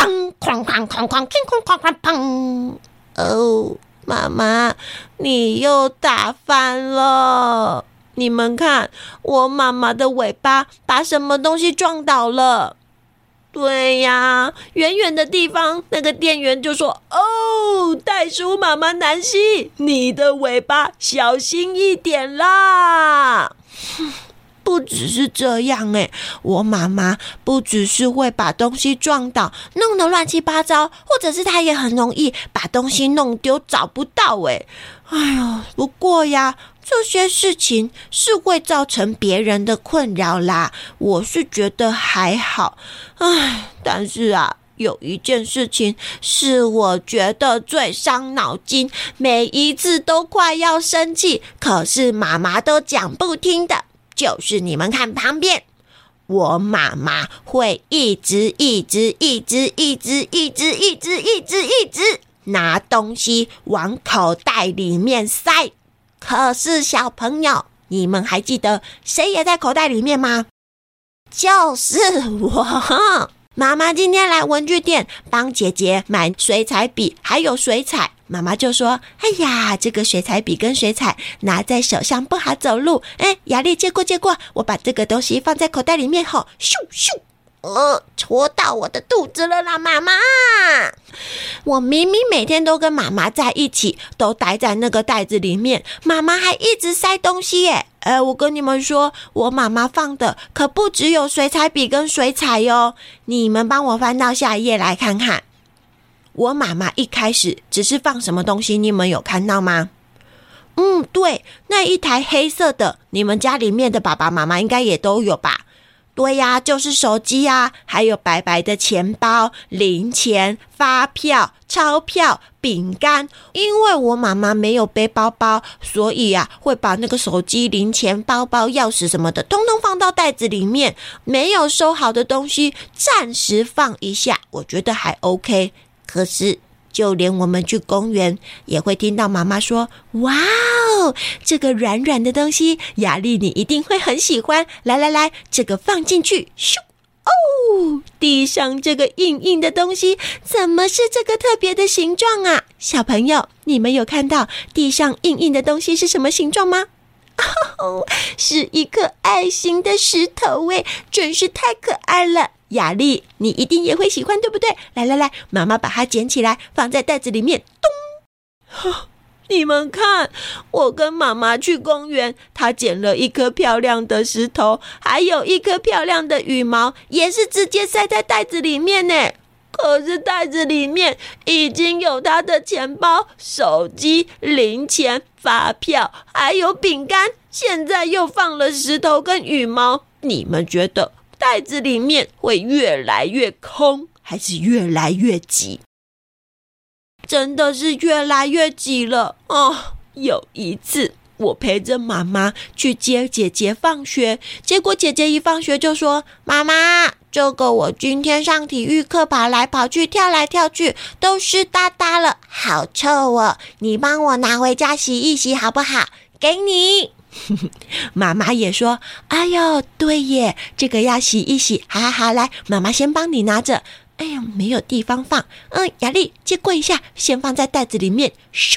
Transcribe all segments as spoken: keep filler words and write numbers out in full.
砰哐哐哐哐哐哐哐砰！哦，妈妈，你又打翻了！你们看，我妈妈的尾巴把什么东西撞倒了？对呀，远远的地方，那个店员就说：“哦，袋鼠妈妈南希，你的尾巴小心一点啦！”不只是这样诶，我妈妈不只是会把东西撞倒，弄得乱七八糟，或者是她也很容易把东西弄丢，找不到诶。哎呦，不过呀，这些事情是会造成别人的困扰啦，我是觉得还好。唉，但是啊，有一件事情是我觉得最伤脑筋，每一次都快要生气，可是妈妈都讲不听的，就是你们看旁边，我妈妈会一直一直一直一直一直一直一直一直拿东西往口袋里面塞。可是小朋友，你们还记得谁也在口袋里面吗？就是我。妈妈今天来文具店帮姐姐买水彩笔还有水彩，妈妈就说：哎呀，这个水彩笔跟水彩拿在手上不好走路，哎，雅丽借过借过，我把这个东西放在口袋里面后，咻咻，呃，戳到我的肚子了啦，妈妈！我明明每天都跟妈妈在一起，都待在那个袋子里面，妈妈还一直塞东西耶。哎，我跟你们说，我妈妈放的可不只有水彩笔跟水彩哟。你们帮我翻到下一页来看看。我妈妈一开始只是放什么东西，你们有看到吗？嗯，对，那一台黑色的，你们家里面的爸爸妈妈应该也都有吧？对呀，就是手机啊，还有白白的钱包、零钱、发票、钞票、饼干。因为我妈妈没有背包包，所以啊，会把那个手机、零钱、包包、钥匙什么的，通通放到袋子里面。没有收好的东西，暂时放一下，我觉得还 OK。可是就连我们去公园也会听到妈妈说：哇哦，这个软软的东西，雅丽你一定会很喜欢，来来来，这个放进去，咻哦，地上这个硬硬的东西怎么是这个特别的形状啊？小朋友，你们有看到地上硬硬的东西是什么形状吗？哦，是一颗爱心的石头耶，真是太可爱了。雅丽，你一定也会喜欢，对不对？来来来，妈妈把它捡起来，放在袋子里面，咚！你们看，我跟妈妈去公园，她捡了一颗漂亮的石头，还有一颗漂亮的羽毛，也是直接塞在袋子里面呢。可是袋子里面已经有她的钱包、手机、零钱、发票，还有饼干，现在又放了石头跟羽毛。你们觉得袋子里面会越来越空，还是越来越挤？真的是越来越挤了哦！有一次，我陪着妈妈去接姐姐放学，结果姐姐一放学就说：妈妈，这个我今天上体育课跑来跑去，跳来跳去，都湿哒哒了，好臭哦！你帮我拿回家洗一洗好不好？给你。妈妈也说：哎呦，对耶，这个要洗一洗，好好好，来，妈妈先帮你拿着。哎呀，没有地方放，嗯，雅丽借过一下，先放在袋子里面。咻，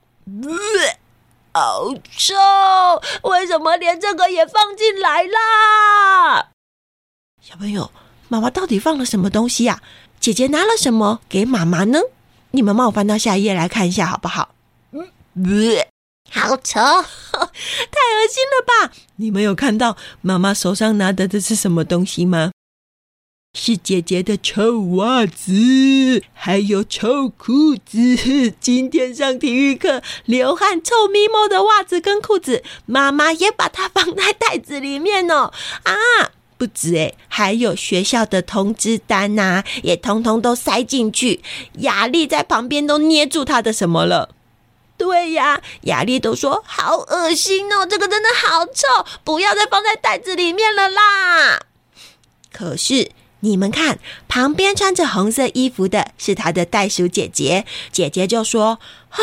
好臭！为什么连这个也放进来啦？小朋友，妈妈到底放了什么东西啊？姐姐拿了什么给妈妈呢？你们帮我翻到下一页来看一下好不好？嗯，好臭，太恶心了吧！你们有看到妈妈手上拿的这是什么东西吗？是姐姐的臭袜子，还有臭裤子。今天上体育课流汗臭咪摸的袜子跟裤子，妈妈也把它放在袋子里面哦。啊，不止诶，还有学校的通知单啊，也通通都塞进去。雅丽在旁边都捏住她的什么了？对呀，雅丽都说好恶心哦，这个真的好臭，不要再放在袋子里面了啦。可是你们看，旁边穿着红色衣服的是她的袋鼠姐姐，姐姐就说：啊，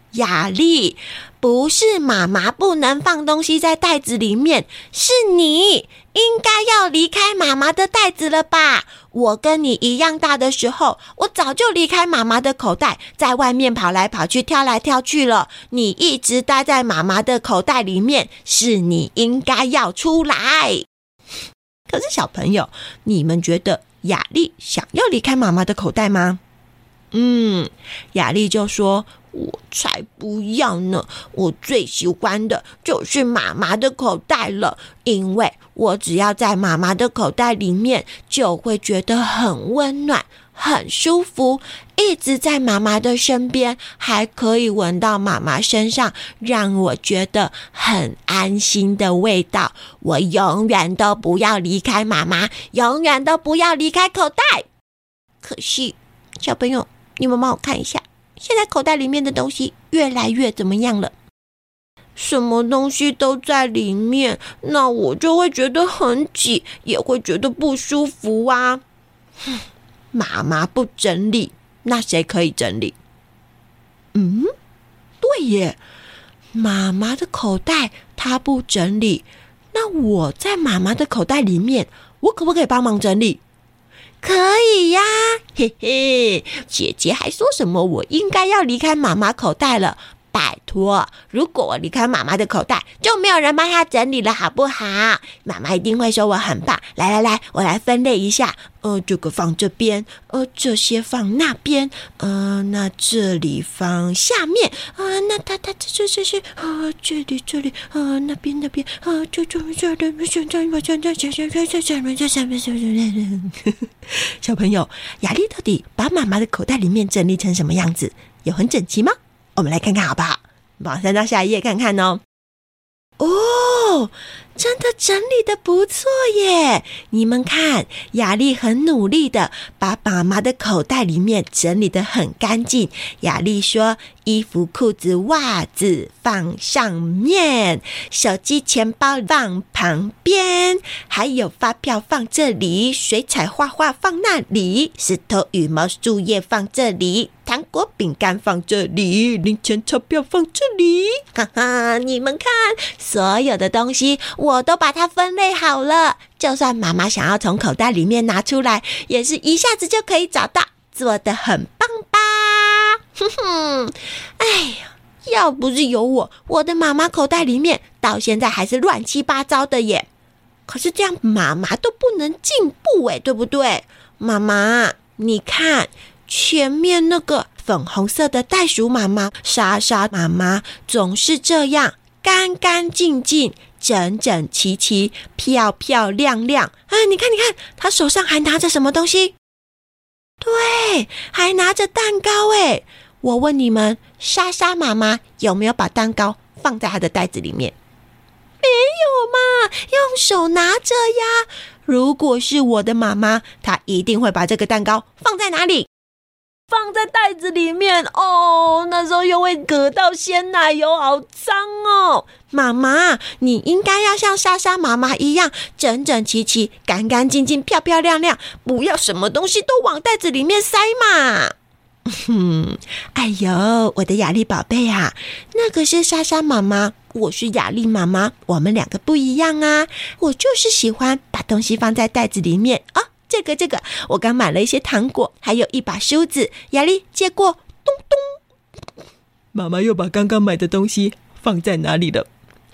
雅丽，不是妈妈不能放东西在袋子里面，是你应该要离开妈妈的袋子了吧？我跟你一样大的时候，我早就离开妈妈的口袋，在外面跑来跑去，跳来跳去了。你一直待在妈妈的口袋里面，是你应该要出来。可是小朋友，你们觉得雅丽想要离开妈妈的口袋吗？嗯，雅丽就说，我才不要呢，我最喜欢的就是妈妈的口袋了，因为我只要在妈妈的口袋里面，就会觉得很温暖，很舒服，一直在妈妈的身边，还可以闻到妈妈身上让我觉得很安心的味道。我永远都不要离开妈妈，永远都不要离开口袋。可是小朋友，你们帮我看一下，现在口袋里面的东西越来越怎么样了？什么东西都在里面，那我就会觉得很挤，也会觉得不舒服啊。妈妈不整理，那谁可以整理？嗯，对耶，妈妈的口袋她不整理，那我在妈妈的口袋里面，我可不可以帮忙整理？可以呀，嘿嘿，姐姐还说什么我应该要离开妈妈口袋了。拜托，如果我离开妈妈的口袋，就没有人帮她整理了，好不好？妈妈一定会说我很棒。来来来，我来分类一下，呃，这个放这边，呃，这些放那边，呃，那这里放下面，呃，那它它这这些，呃，这里这里，呃，那边那边，呃，这这这这这这这这这这这这小朋友，雅丽到底把妈妈的口袋里面整理成什么样子？有很整齐吗？我们来看看好不好？往上到下一页看看哦。哦，真的整理得不错耶！你们看，雅丽很努力的把妈妈的口袋里面整理得很干净。雅丽说，衣服、裤子、袜子放上面，手机、钱包放旁边，还有发票放这里，水彩画画放那里，石头、羽毛、树叶放这里，糖果、饼干放这里，零钱、钞票放这里。哈哈，你们看，所有的东西我都把它分类好了，就算妈妈想要从口袋里面拿出来，也是一下子就可以找到，做得很棒吧？哼哼，哎呀，要不是有我，我的妈妈口袋里面到现在还是乱七八糟的耶。可是这样妈妈都不能进步耶，对不对？妈妈，你看前面那个粉红色的袋鼠妈妈、莎莎妈妈总是这样干干净净、整整齐齐、漂漂亮亮。哎，你看，你看，她手上还拿着什么东西？对，还拿着蛋糕哎！我问你们，莎莎妈妈有没有把蛋糕放在她的袋子里面？没有嘛，用手拿着呀。如果是我的妈妈，她一定会把这个蛋糕放在哪里？放在袋子里面哦，那时候又会隔到鲜奶油，好脏哦！妈妈，你应该要像莎莎妈妈一样，整整齐齐、干干净净、漂漂亮亮，不要什么东西都往袋子里面塞嘛。哼，哎呦，我的雅丽宝贝啊，那个是莎莎妈妈，我是雅丽妈妈，我们两个不一样啊。我就是喜欢把东西放在袋子里面啊。这个这个，我刚买了一些糖果，还有一把梳子，雅丽借过，咚咚。妈妈又把刚刚买的东西放在哪里了？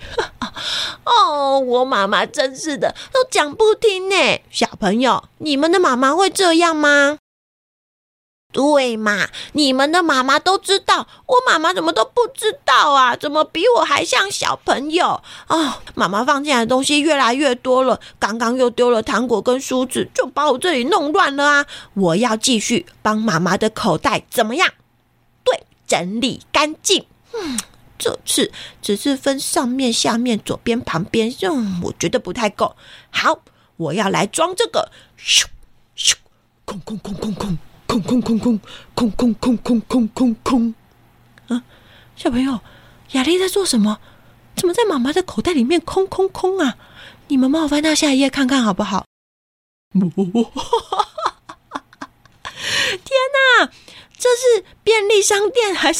哦，我妈妈真是的，都讲不听呢。小朋友，你们的妈妈会这样吗？对嘛，你们的妈妈都知道，我妈妈怎么都不知道啊？怎么比我还像小朋友哦？妈妈放进来的东西越来越多了，刚刚又丢了糖果跟梳子，就把我这里弄乱了啊！我要继续帮妈妈的口袋怎么样？对，整理干净。嗯，这次只是分上面、下面、左边、旁边，嗯，我觉得不太够。好，我要来装这个，咻咻，空空空空空。空空空空空空空空空空空啊！小朋友，雅丽在做什么？怎么在妈妈的口袋里面空空空啊？你们帮我翻到下一页看看好不好？天哪！这是便利商店还是百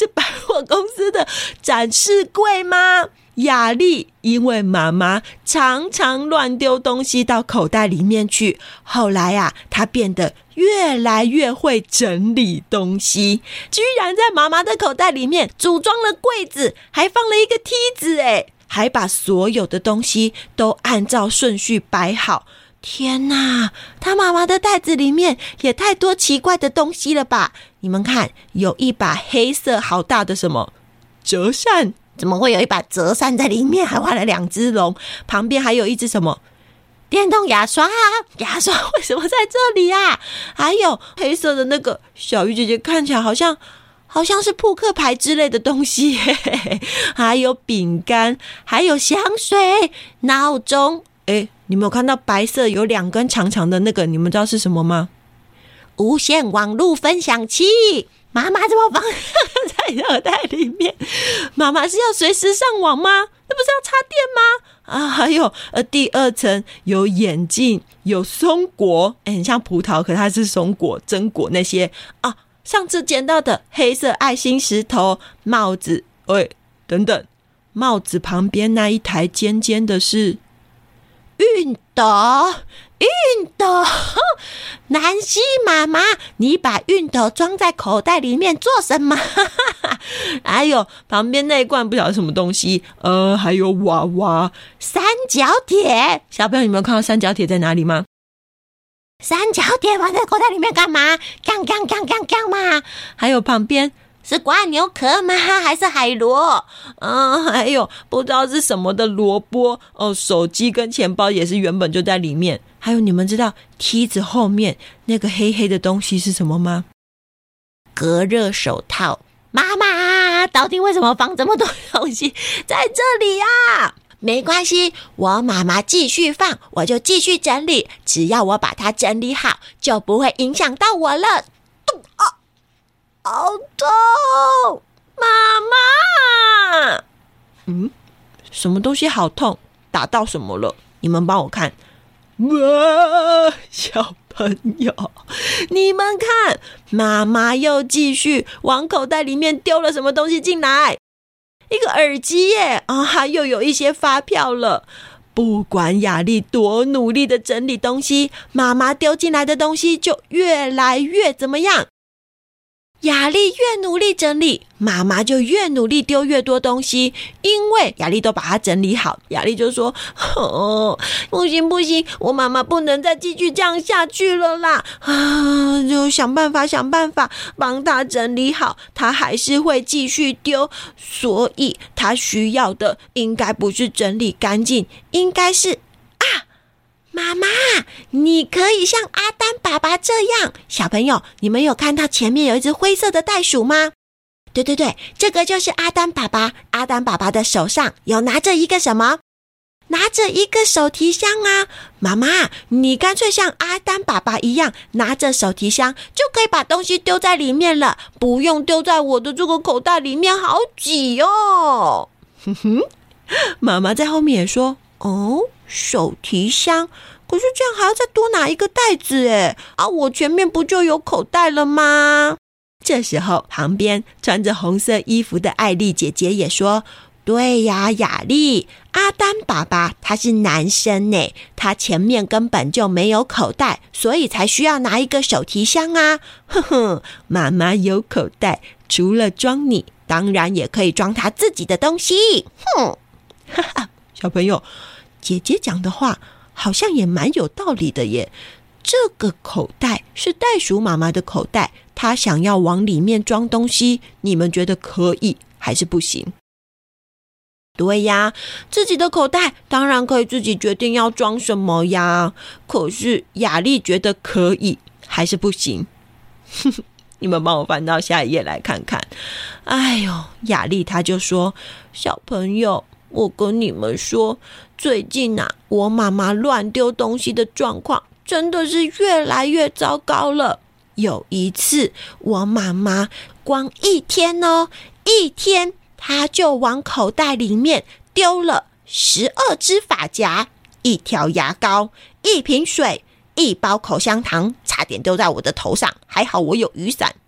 货公司的展示柜吗？雅丽因为妈妈常常乱丢东西到口袋里面去，后来啊，她变得越来越会整理东西，居然在妈妈的口袋里面组装了柜子，还放了一个梯子，诶，还把所有的东西都按照顺序摆好。天哪，她妈妈的袋子里面也太多奇怪的东西了吧？你们看，有一把黑色好大的什么折扇，怎么会有一把折扇在里面？还画了两只龙，旁边还有一只什么电动牙刷啊？牙刷为什么在这里啊？还有黑色的那个小鱼姐姐，看起来好像好像是扑克牌之类的东西耶。还有饼干，还有香水、闹钟。诶，你们有看到白色有两根长长的那个，你们知道是什么吗？无线网络分享器。妈妈怎么放在口袋里面？妈妈是要随时上网吗？那不是要插电吗？啊，还有呃，第二层有眼镜，有松果，哎，很像葡萄，可它是松果、榛果那些啊。上次捡到的黑色爱心石头、帽子，喂，等等，帽子旁边那一台尖尖的是熨斗。熨斗，南希妈妈，你把熨斗装在口袋里面做什么？还有旁边那一罐不晓得什么东西，呃，还有娃娃三角铁。小朋友，你们有看到三角铁在哪里吗？三角铁放在口袋里面干嘛？干干干干干嘛？还有旁边是瓜牛壳吗？还是海螺？嗯，还有不知道是什么的萝卜哦。手机跟钱包也是原本就在里面。还有你们知道梯子后面那个黑黑的东西是什么吗？隔热手套。妈妈，到底为什么放这么多东西在这里啊？没关系，我妈妈继续放，我就继续整理，只要我把它整理好，就不会影响到我了。啊，好痛！妈妈，嗯，什么东西好痛？打到什么了？你们帮我看。哇，小朋友，你们看，妈妈又继续往口袋里面丢了什么东西进来？一个耳机耶！啊，还又有一些发票了。不管雅丽多努力的整理东西，妈妈丢进来的东西就越来越怎么样？雅丽越努力整理，妈妈就越努力丢越多东西，因为雅丽都把它整理好。雅丽就说：哦，不行不行，我妈妈不能再继续这样下去了啦！啊，就想办法想办法帮她整理好，她还是会继续丢，所以她需要的应该不是整理干净，应该是妈妈，你可以像阿丹爸爸这样。小朋友，你们有看到前面有一只灰色的袋鼠吗？对对对，这个就是阿丹爸爸。阿丹爸爸的手上有拿着一个什么？拿着一个手提箱啊。妈妈，你干脆像阿丹爸爸一样，拿着手提箱就可以把东西丢在里面了，不用丢在我的这个口袋里面，好挤哦。哼哼，妈妈在后面也说：哦，手提箱，可是这样还要再多拿一个袋子耶！啊，我前面不就有口袋了吗？这时候，旁边穿着红色衣服的艾丽姐姐也说：对呀，雅丽，阿丹爸爸他是男生呢，他前面根本就没有口袋，所以才需要拿一个手提箱啊。哼哼，妈妈有口袋，除了装你，当然也可以装他自己的东西。哼，哈哈，小朋友，姐姐讲的话好像也蛮有道理的耶。这个口袋是袋鼠妈妈的口袋，她想要往里面装东西，你们觉得可以还是不行？对呀，自己的口袋当然可以自己决定要装什么呀。可是雅丽觉得可以还是不行？你们帮我翻到下一页来看看。哎呦，雅丽她就说：小朋友，我跟你们说，最近啊，我妈妈乱丢东西的状况真的是越来越糟糕了。有一次，我妈妈光一天哦，一天她就往口袋里面丢了十二支发夹、一条牙膏、一瓶水、一包口香糖，差点丢在我的头上，还好我有雨伞。你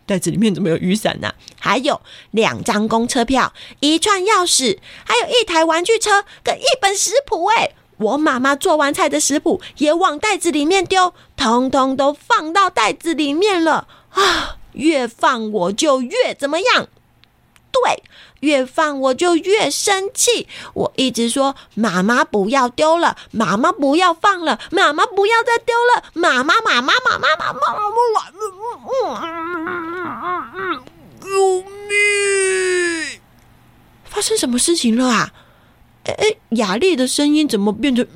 袋子里面怎么有雨伞呢、啊？还有两张公车票，一串钥匙，还有一台玩具车跟一本食谱。哎，我妈妈做完菜的食谱也往袋子里面丢，通通都放到袋子里面了啊！越放我就越怎么样？对，越放我就越生气。我一直说妈妈不要丢了，妈妈不要放了，妈妈不要再丢了，妈妈妈妈妈妈妈妈妈，救命！发生什么事情了啊？哎哎，雅丽的声音怎么变成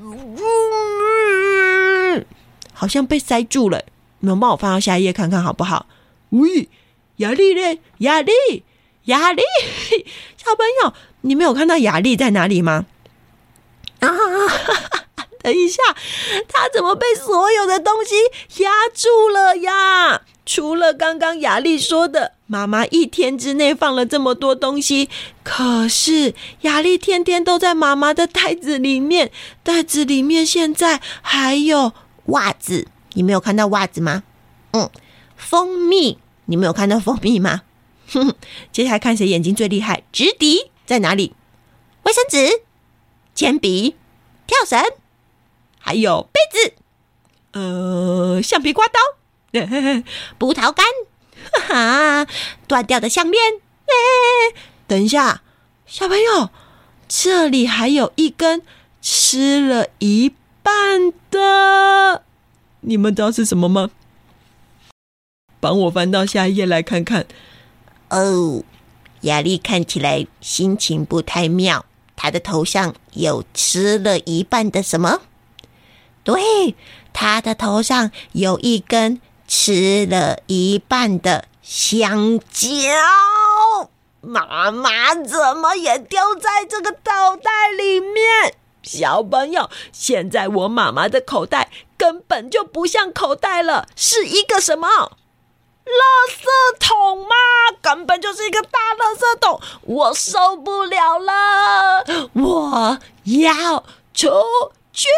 好像被塞住了？你们帮我翻到下一页看看好不好？喂，雅丽嘞，雅丽。雅丽，小朋友，你们有看到雅丽在哪里吗？啊，等一下，她怎么被所有的东西压住了呀？除了刚刚雅丽说的，妈妈一天之内放了这么多东西，可是雅丽天天都在妈妈的袋子里面，袋子里面现在还有袜子，你们有看到袜子吗？嗯，蜂蜜，你们有看到蜂蜜吗？接下来看谁眼睛最厉害，直笛在哪里？卫生纸、铅笔、跳绳，还有杯子，呃，橡皮刮刀，葡萄干，哈哈，断掉的项链。欸、等一下，小朋友，这里还有一根吃了一半的，你们知道是什么吗？帮我翻到下一页来看看。哦，雅丽看起来心情不太妙，她的头上有吃了一半的什么？对，她的头上有一根吃了一半的香蕉。妈妈怎么也丢在这个口袋里面？小朋友，现在我妈妈的口袋根本就不像口袋了，是一个什么？垃圾桶吗？根本就是一个大垃圾桶，我受不了了，我要出去！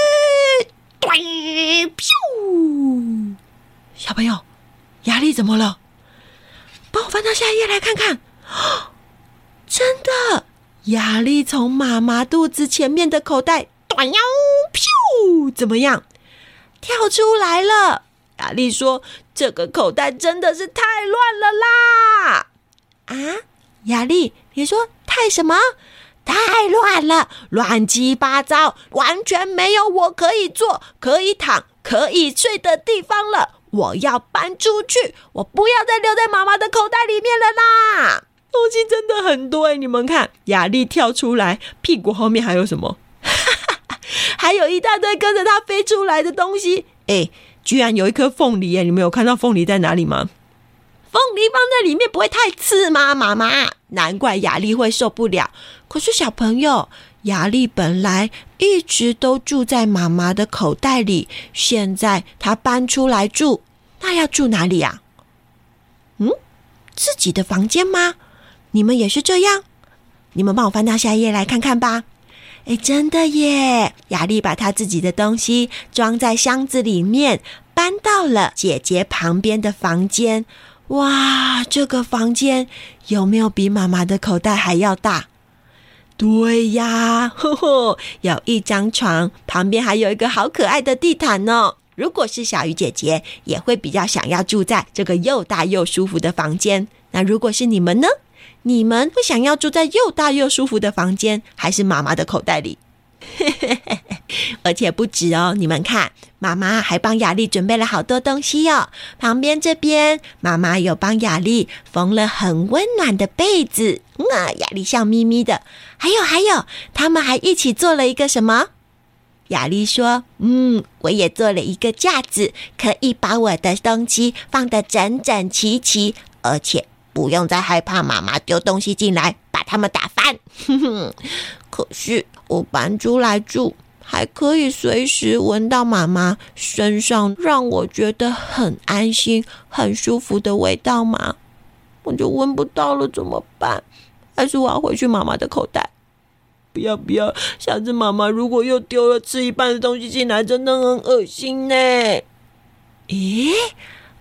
对，咻！小朋友，雅丽怎么了？帮我翻到下一页来看看。真的，雅丽从妈妈肚子前面的口袋，短腰，咻！怎么样？跳出来了。雅丽说：“这个口袋真的是太乱了啦！”啊，雅丽，你说太什么？太乱了，乱七八糟，完全没有我可以坐、可以躺、可以睡的地方了。我要搬出去，我不要再留在妈妈的口袋里面了啦！东西真的很多欸，你们看，雅丽跳出来，屁股后面还有什么？还有一大堆跟着她飞出来的东西。哎，居然有一颗凤梨耶！你们有看到凤梨在哪里吗？凤梨放在里面不会太刺吗？妈妈，难怪雅丽会受不了。可是小朋友，雅丽本来一直都住在妈妈的口袋里，现在她搬出来住，那要住哪里啊？嗯，自己的房间吗？你们也是这样？你们帮我翻到下一页来看看吧。哎，真的耶！雅丽把她自己的东西装在箱子里面，搬到了姐姐旁边的房间。哇，这个房间有没有比妈妈的口袋还要大？对呀，呵呵，有一张床，旁边还有一个好可爱的地毯哦。如果是小鱼姐姐，也会比较想要住在这个又大又舒服的房间。那如果是你们呢？你们会想要住在又大又舒服的房间，还是妈妈的口袋里？而且不止哦，你们看，妈妈还帮雅丽准备了好多东西哦。旁边这边，妈妈有帮雅丽缝了很温暖的被子，嗯啊，雅丽笑眯眯的。还有还有，他们还一起做了一个什么？雅丽说：“嗯，我也做了一个架子，可以把我的东西放得整整齐齐，而且不用再害怕妈妈丢东西进来把它们打翻。可是我搬出来住，还可以随时闻到妈妈身上让我觉得很安心很舒服的味道吗？我就闻不到了，怎么办？还是我要回去妈妈的口袋？不要不要，下次妈妈如果又丢了吃一半的东西进来，真的很恶心呢。诶，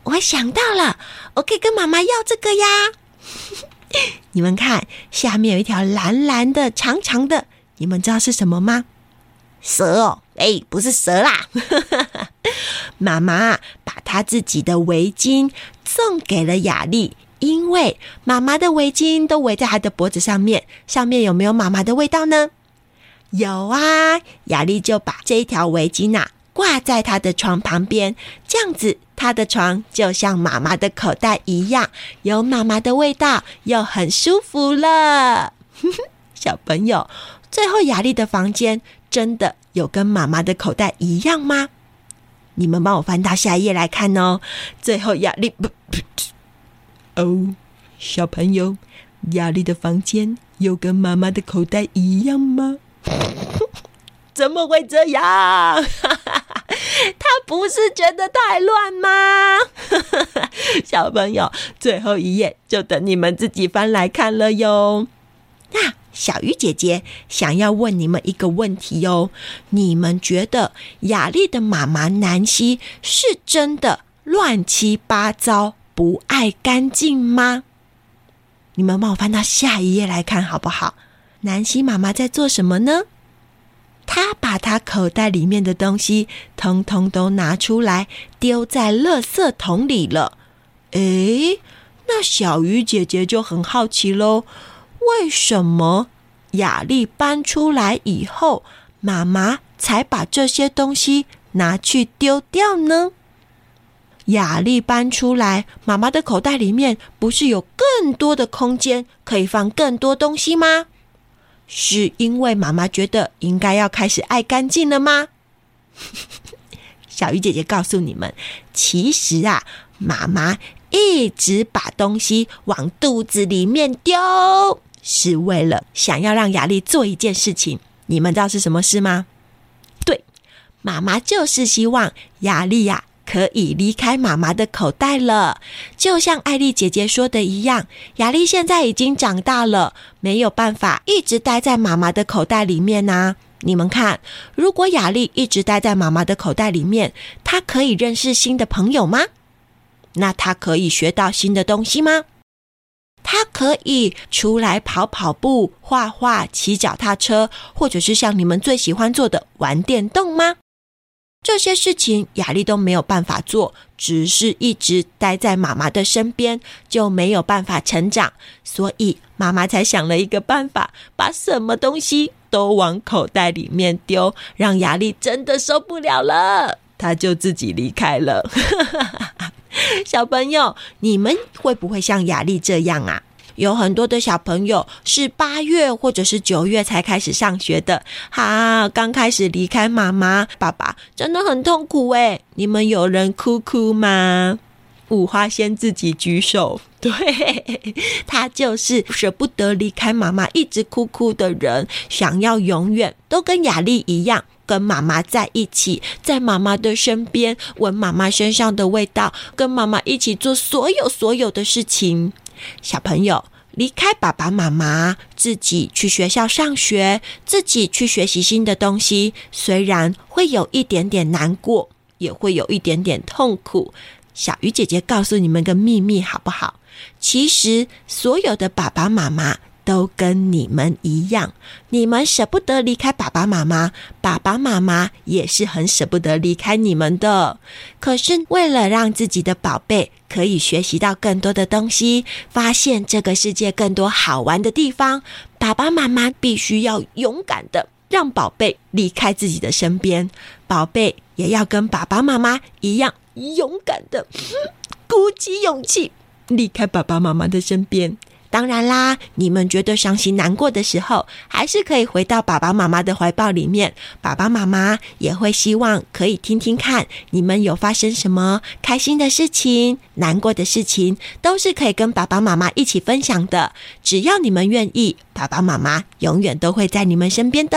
我想到了，我可以跟妈妈要这个呀。你们看，下面有一条蓝蓝的长长的，你们知道是什么吗？蛇哦，哎，不是蛇啦。妈妈把她自己的围巾送给了雅丽，因为妈妈的围巾都围在她的脖子上面，上面有没有妈妈的味道呢？有啊，雅丽就把这一条围巾啊挂在她的床旁边，这样子她的床就像妈妈的口袋一样，有妈妈的味道，又很舒服了。小朋友，最后雅丽的房间真的有跟妈妈的口袋一样吗？你们帮我翻到下一页来看哦。最后雅丽不不哦，小朋友，雅丽的房间有跟妈妈的口袋一样吗？怎么会这样？他不是觉得太乱吗？小朋友，最后一页就等你们自己翻来看了哟。那小鱼姐姐想要问你们一个问题哦，你们觉得雅丽的妈妈南希是真的乱七八糟不爱干净吗？你们帮我翻到下一页来看好不好？南希妈妈在做什么呢？她把她口袋里面的东西通通都拿出来丢在垃圾桶里了。诶，那小鱼姐姐就很好奇咯，为什么雅丽搬出来以后，妈妈才把这些东西拿去丢掉呢？雅丽搬出来，妈妈的口袋里面不是有更多的空间可以放更多东西吗？是因为妈妈觉得应该要开始爱干净了吗？小鱼姐姐告诉你们，其实啊，妈妈一直把东西往肚子里面丢，是为了想要让雅丽做一件事情。你们知道是什么事吗？对，妈妈就是希望雅丽呀、啊可以离开妈妈的口袋了。就像艾丽姐姐说的一样，雅丽现在已经长大了，没有办法一直待在妈妈的口袋里面啊。你们看，如果雅丽一直待在妈妈的口袋里面，她可以认识新的朋友吗？那她可以学到新的东西吗？她可以出来跑跑步、画画、骑脚踏车，或者是像你们最喜欢做的玩电动吗？这些事情雅丽都没有办法做，只是一直待在妈妈的身边，就没有办法成长。所以妈妈才想了一个办法，把什么东西都往口袋里面丢，让雅丽真的受不了了，她就自己离开了。小朋友，你们会不会像雅丽这样啊？有很多的小朋友是八月或者是九月才开始上学的，哈，刚开始离开妈妈爸爸真的很痛苦耶。你们有人哭哭吗？五花先自己举手，对，他就是舍不得离开妈妈一直哭哭的人，想要永远都跟雅丽一样，跟妈妈在一起，在妈妈的身边，闻妈妈身上的味道，跟妈妈一起做所有所有的事情。小朋友，离开爸爸妈妈，自己去学校上学，自己去学习新的东西，虽然会有一点点难过，也会有一点点痛苦。小鱼姐姐告诉你们个秘密好不好？其实所有的爸爸妈妈都跟你们一样，你们舍不得离开爸爸妈妈，爸爸妈妈也是很舍不得离开你们的。可是为了让自己的宝贝可以学习到更多的东西，发现这个世界更多好玩的地方，爸爸妈妈必须要勇敢的让宝贝离开自己的身边，宝贝也要跟爸爸妈妈一样勇敢的鼓起勇气离开爸爸妈妈的身边。当然啦，你们觉得伤心难过的时候，还是可以回到爸爸妈妈的怀抱里面，爸爸妈妈也会希望可以听听看你们有发生什么开心的事情、难过的事情，都是可以跟爸爸妈妈一起分享的。只要你们愿意，爸爸妈妈永远都会在你们身边的哦。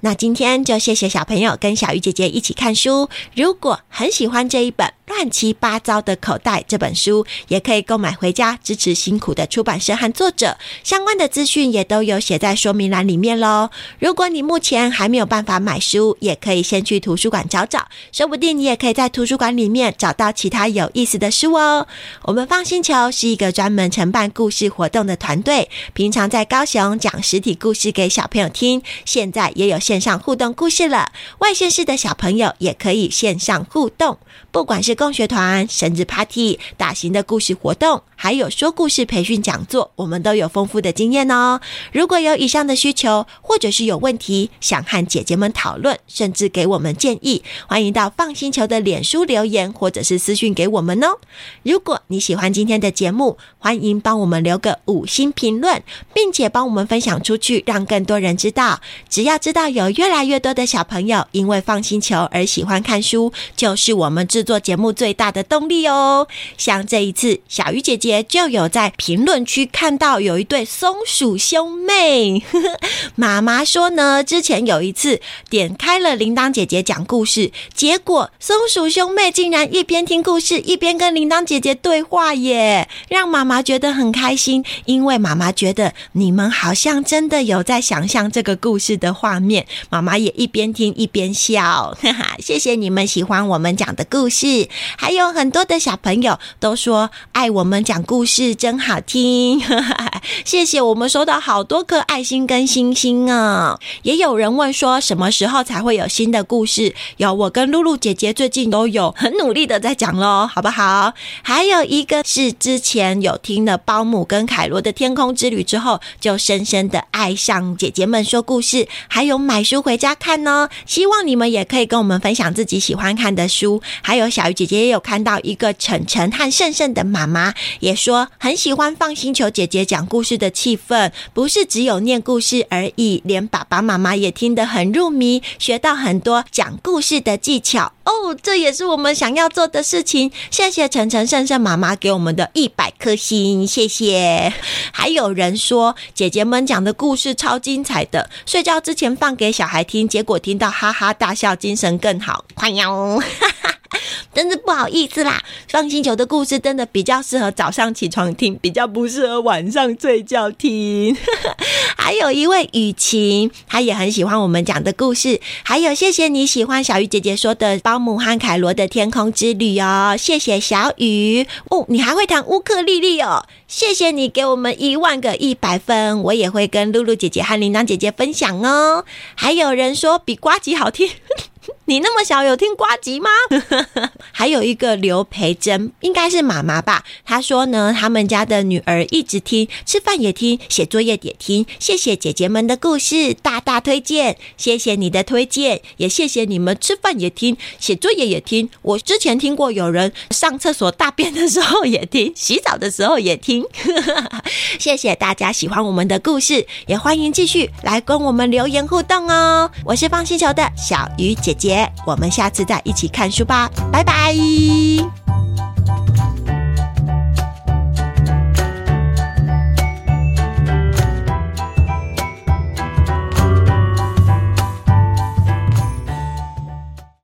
那今天就谢谢小朋友跟小鱼姐姐一起看书。如果很喜欢这一本乱七八糟的口袋这本书，也可以购买回家支持辛苦的出版社和作者，相关的资讯也都有写在说明栏里面咯。如果你目前还没有办法买书，也可以先去图书馆找找，说不定你也可以在图书馆里面找到其他有意思的书哦。我们放星球是一个专门承办故事活动的团队，平常在高雄讲实体故事给小朋友听，现在也有线上互动故事了，外县市的小朋友也可以线上互动，不管是共学团、生日 party、大型的故事活动，还有说故事培训讲座，我们都有丰富的经验哦。如果有以上的需求，或者是有问题想和姐姐们讨论，甚至给我们建议，欢迎到放星球的脸书留言，或者是私讯给我们哦。如果你喜欢今天的节目，欢迎帮我们留个五星评论，并且帮我们分享出去，让更多人知道。只要知道有越来越多的小朋友因为放星球而喜欢看书，就是我们制作节目最大的动力哦。像这一次小鱼姐姐就有在评论区看到有一对松鼠兄妹妈妈说呢，之前有一次点开了铃铛姐姐讲故事，结果松鼠兄妹竟然一边听故事一边跟铃铛姐姐对话耶，让妈妈觉得很开心，因为妈妈觉得你们好像真的有在想象这个故事的画面，妈妈也一边听一边笑哈哈，谢谢你们喜欢我们讲的故事。还有很多的小朋友都说爱我们讲故事真好听哈哈，谢谢，我们收到好多颗爱心跟星星啊。也有人问说什么时候才会有新的故事，有，我跟露露姐姐最近都有很努力的在讲咯，好不好？还有一个是之前有听了包姆跟凯罗的天空之旅之后，就深深的爱上姐姐们说故事，还有买书回家看哦。希望你们也可以跟我们分享自己喜欢看的书。还有小鱼姐姐也有看到一个晨晨和盛盛的妈妈也说很喜欢放星球姐姐讲故事的气氛，不是只有念故事而已，连爸爸妈妈也听得很入迷，学到很多讲故事的技巧哦，这也是我们想要做的事情。谢谢晨晨盛盛妈妈给我们的一百颗星，谢谢。还有人说姐姐们讲的故事超精彩的，睡觉之前放给小孩听，结果听到哈哈大笑，精神更好，快哟真是不好意思啦，放星球的故事真的比较适合早上起床听，比较不适合晚上睡觉听还有一位雨晴，她也很喜欢我们讲的故事。还有谢谢你喜欢小鱼姐姐说的包姆和凯罗的天空之旅哦，谢谢小雨哦，你还会弹乌克丽丽哦，谢谢你给我们一万个一百分，我也会跟露露姐姐和铃铛姐姐分享哦。还有人说比呱吉好听你那么小有听呱吉吗还有一个刘培珍，应该是妈妈吧，她说呢他们家的女儿一直听，吃饭也听，写作业也听，谢谢姐姐们的故事，大大推荐，谢谢你的推荐，也谢谢你们吃饭也听，写作业也听。我之前听过有人上厕所大便的时候也听，洗澡的时候也听谢谢大家喜欢我们的故事，也欢迎继续来跟我们留言互动哦。我是放星球的小鱼姐姐，我们下次再一起看书吧，拜拜。